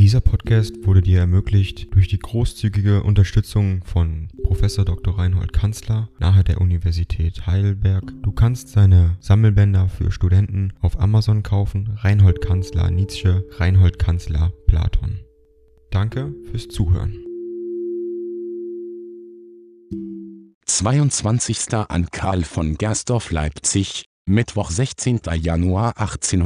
Dieser Podcast wurde dir ermöglicht durch die großzügige Unterstützung von Prof. Dr. Reinhold Kanzler nahe der Universität Heidelberg. Du kannst seine Sammelbänder für Studenten auf Amazon kaufen. Reinhold Kanzler Nietzsche, Reinhold Kanzler Platon. Danke fürs Zuhören. 22. an Karl von Gersdorff, Leipzig, Mittwoch 16. Januar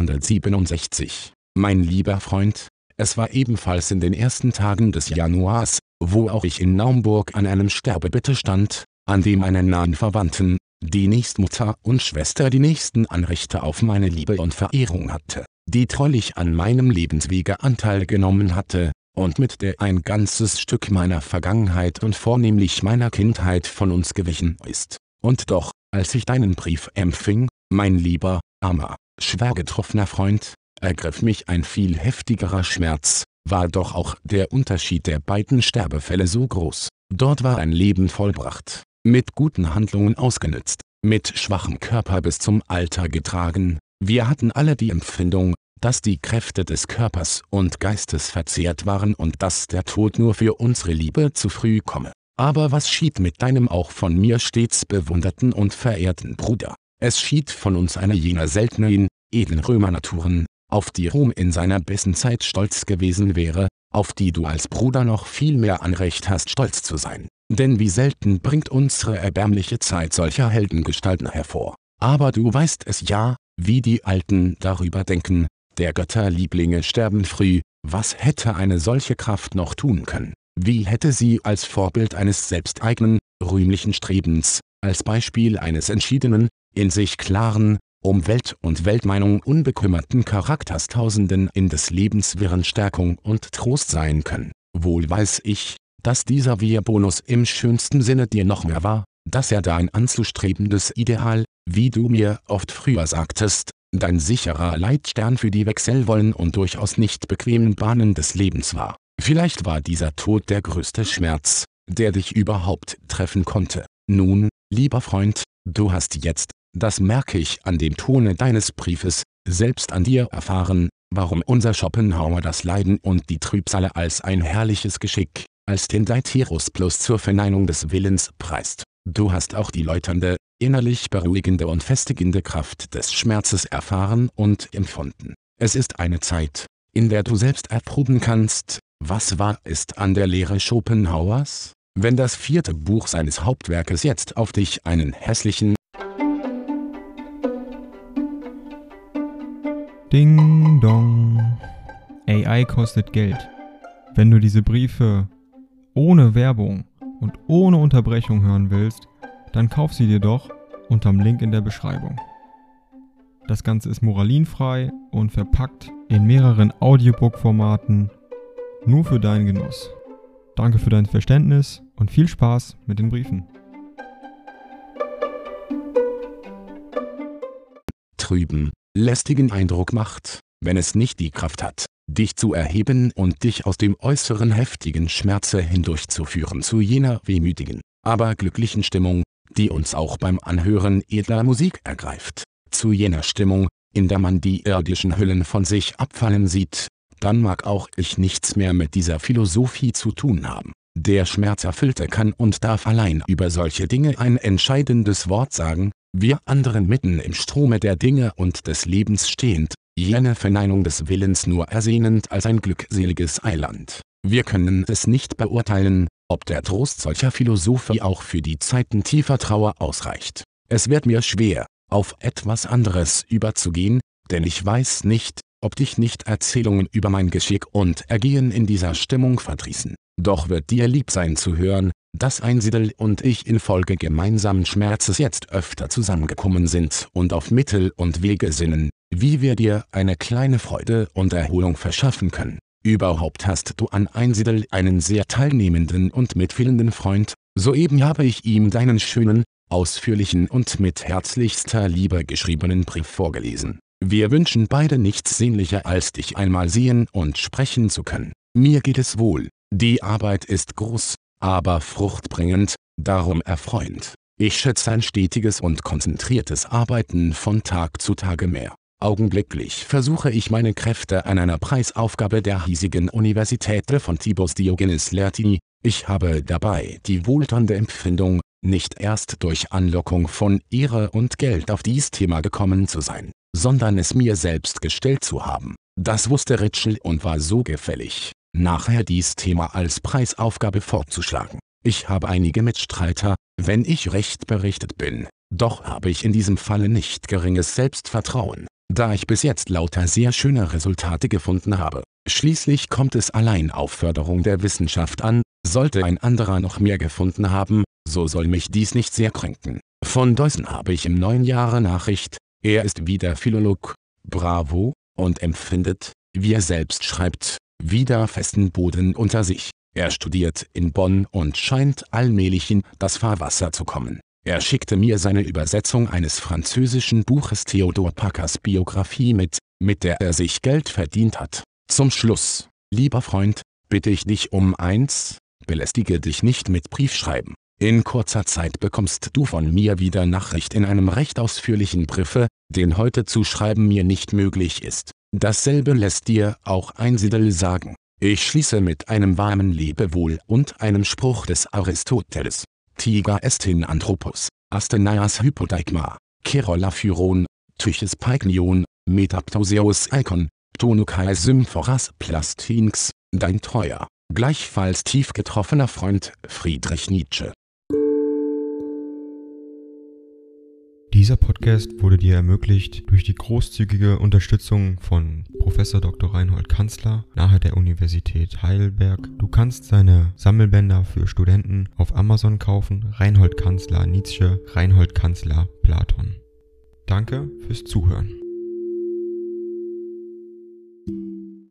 1867. Mein lieber Freund, es war ebenfalls in den ersten Tagen des Januars, wo auch ich in Naumburg an einem Sterbebette stand, an dem meine nahen Verwandten, die Nächstmutter und Schwester, die nächsten Anrechte auf meine Liebe und Verehrung hatte, die treulich an meinem Lebenswege Anteil genommen hatte, und mit der ein ganzes Stück meiner Vergangenheit und vornehmlich meiner Kindheit von uns gewichen ist. Und doch, als ich deinen Brief empfing, mein lieber, armer, schwer getroffener Freund, ergriff mich ein viel heftigerer Schmerz, war doch auch der Unterschied der beiden Sterbefälle so groß. Dort war ein Leben vollbracht, mit guten Handlungen ausgenützt, mit schwachem Körper bis zum Alter getragen. Wir hatten alle die Empfindung, dass die Kräfte des Körpers und Geistes verzehrt waren und dass der Tod nur für unsere Liebe zu früh komme. Aber was schied mit deinem auch von mir stets bewunderten und verehrten Bruder? Es schied von uns einer jener seltenen, edlen Römernaturen, auf die Rom in seiner besten Zeit stolz gewesen wäre, auf die du als Bruder noch viel mehr Anrecht hast, stolz zu sein. Denn wie selten bringt unsere erbärmliche Zeit solcher Heldengestalten hervor. Aber du weißt es ja, wie die Alten darüber denken, der Götterlieblinge sterben früh. Was hätte eine solche Kraft noch tun können? Wie hätte sie als Vorbild eines selbsteigenen, rühmlichen Strebens, als Beispiel eines entschiedenen, in sich klaren, um Welt und Weltmeinung unbekümmerten Charakters Tausenden in des Lebens Wirren Stärkung und Trost sein können? Wohl weiß ich, dass dieser Via Bonus im schönsten Sinne dir noch mehr war, dass er dein anzustrebendes Ideal, wie du mir oft früher sagtest, dein sicherer Leitstern für die wechselvollen und durchaus nicht bequemen Bahnen des Lebens war. Vielleicht war dieser Tod der größte Schmerz, der dich überhaupt treffen konnte. Nun, lieber Freund, du hast jetzt, das merke ich an dem Tone deines Briefes, selbst an dir erfahren, warum unser Schopenhauer das Leiden und die Trübsale als ein herrliches Geschick, als den Deiterus plus zur Verneinung des Willens preist. Du hast auch die läuternde, innerlich beruhigende und festigende Kraft des Schmerzes erfahren und empfunden. Es ist eine Zeit, in der du selbst erproben kannst, was wahr ist an der Lehre Schopenhauers. Wenn das 4. Buch seines Hauptwerkes jetzt auf dich einen hässlichen Ding dong. AI kostet Geld. Wenn du diese Briefe ohne Werbung und ohne Unterbrechung hören willst, dann kauf sie dir doch unterm Link in der Beschreibung. Das Ganze ist moralinfrei und verpackt in mehreren Audiobook-Formaten nur für deinen Genuss. Danke für dein Verständnis und viel Spaß mit den Briefen. Trüben, lästigen Eindruck macht, wenn es nicht die Kraft hat, dich zu erheben und dich aus dem äußeren heftigen Schmerze hindurchzuführen zu jener wehmütigen, aber glücklichen Stimmung, die uns auch beim Anhören edler Musik ergreift, zu jener Stimmung, in der man die irdischen Hüllen von sich abfallen sieht, dann mag auch ich nichts mehr mit dieser Philosophie zu tun haben. Der Schmerzerfüllte kann und darf allein über solche Dinge ein entscheidendes Wort sagen, wir anderen mitten im Strome der Dinge und des Lebens stehend, jene Verneinung des Willens nur ersehnend als ein glückseliges Eiland. Wir können es nicht beurteilen, ob der Trost solcher Philosophie auch für die Zeiten tiefer Trauer ausreicht. Es wird mir schwer, auf etwas anderes überzugehen, denn ich weiß nicht, ob dich nicht Erzählungen über mein Geschick und Ergehen in dieser Stimmung verdrießen. Doch wird dir lieb sein zu hören, dass Einsiedel und ich infolge gemeinsamen Schmerzes jetzt öfter zusammengekommen sind und auf Mittel und Wege sinnen, wie wir dir eine kleine Freude und Erholung verschaffen können. Überhaupt hast du an Einsiedel einen sehr teilnehmenden und mitfühlenden Freund, soeben habe ich ihm deinen schönen, ausführlichen und mit herzlichster Liebe geschriebenen Brief vorgelesen. Wir wünschen beide nichts sehnlicher als dich einmal sehen und sprechen zu können. Mir geht es wohl, die Arbeit ist groß, aber fruchtbringend, darum erfreuend. Ich schätze ein stetiges und konzentriertes Arbeiten von Tag zu Tage mehr. Augenblicklich versuche ich meine Kräfte an einer Preisaufgabe der hiesigen Universität de Fontibus Diogenes Laertii. Ich habe dabei die wohltuende Empfindung, nicht erst durch Anlockung von Ehre und Geld auf dies Thema gekommen zu sein, sondern es mir selbst gestellt zu haben. Das wusste Ritschl und war so gefällig, nachher dies Thema als Preisaufgabe vorzuschlagen. Ich habe einige Mitstreiter, wenn ich recht berichtet bin, doch habe ich in diesem Falle nicht geringes Selbstvertrauen, da ich bis jetzt lauter sehr schöne Resultate gefunden habe. Schließlich kommt es allein auf Förderung der Wissenschaft an, sollte ein anderer noch mehr gefunden haben, so soll mich dies nicht sehr kränken. Von Deussen habe ich im neuen Jahre Nachricht, er ist wieder Philolog, bravo, und empfindet, wie er selbst schreibt, wieder festen Boden unter sich. Er studiert in Bonn und scheint allmählich in das Fahrwasser zu kommen. Er schickte mir seine Übersetzung eines französischen Buches Theodor Packers Biografie mit der er sich Geld verdient hat. Zum Schluss, lieber Freund, bitte ich dich um eins, belästige dich nicht mit Briefschreiben. In kurzer Zeit bekommst du von mir wieder Nachricht in einem recht ausführlichen Briefe, den heute zu schreiben mir nicht möglich ist. Dasselbe lässt dir auch Einsiedel sagen. Ich schließe mit einem warmen Lebewohl und einem Spruch des Aristoteles. Tiger est in Anthropos, Asthenias Hypodeigma, Kerola Phyron, Tyches Paiknion, Metaptauseus Eikon, Ptonokai Symphoras Plastinx, dein treuer, gleichfalls tief getroffener Freund Friedrich Nietzsche. Dieser Podcast wurde dir ermöglicht durch die großzügige Unterstützung von Prof. Dr. Reinhold Kanzler nahe der Universität Heidelberg. Du kannst seine Sammelbänder für Studenten auf Amazon kaufen. Reinhold Kanzler Nietzsche, Reinhold Kanzler Platon. Danke fürs Zuhören.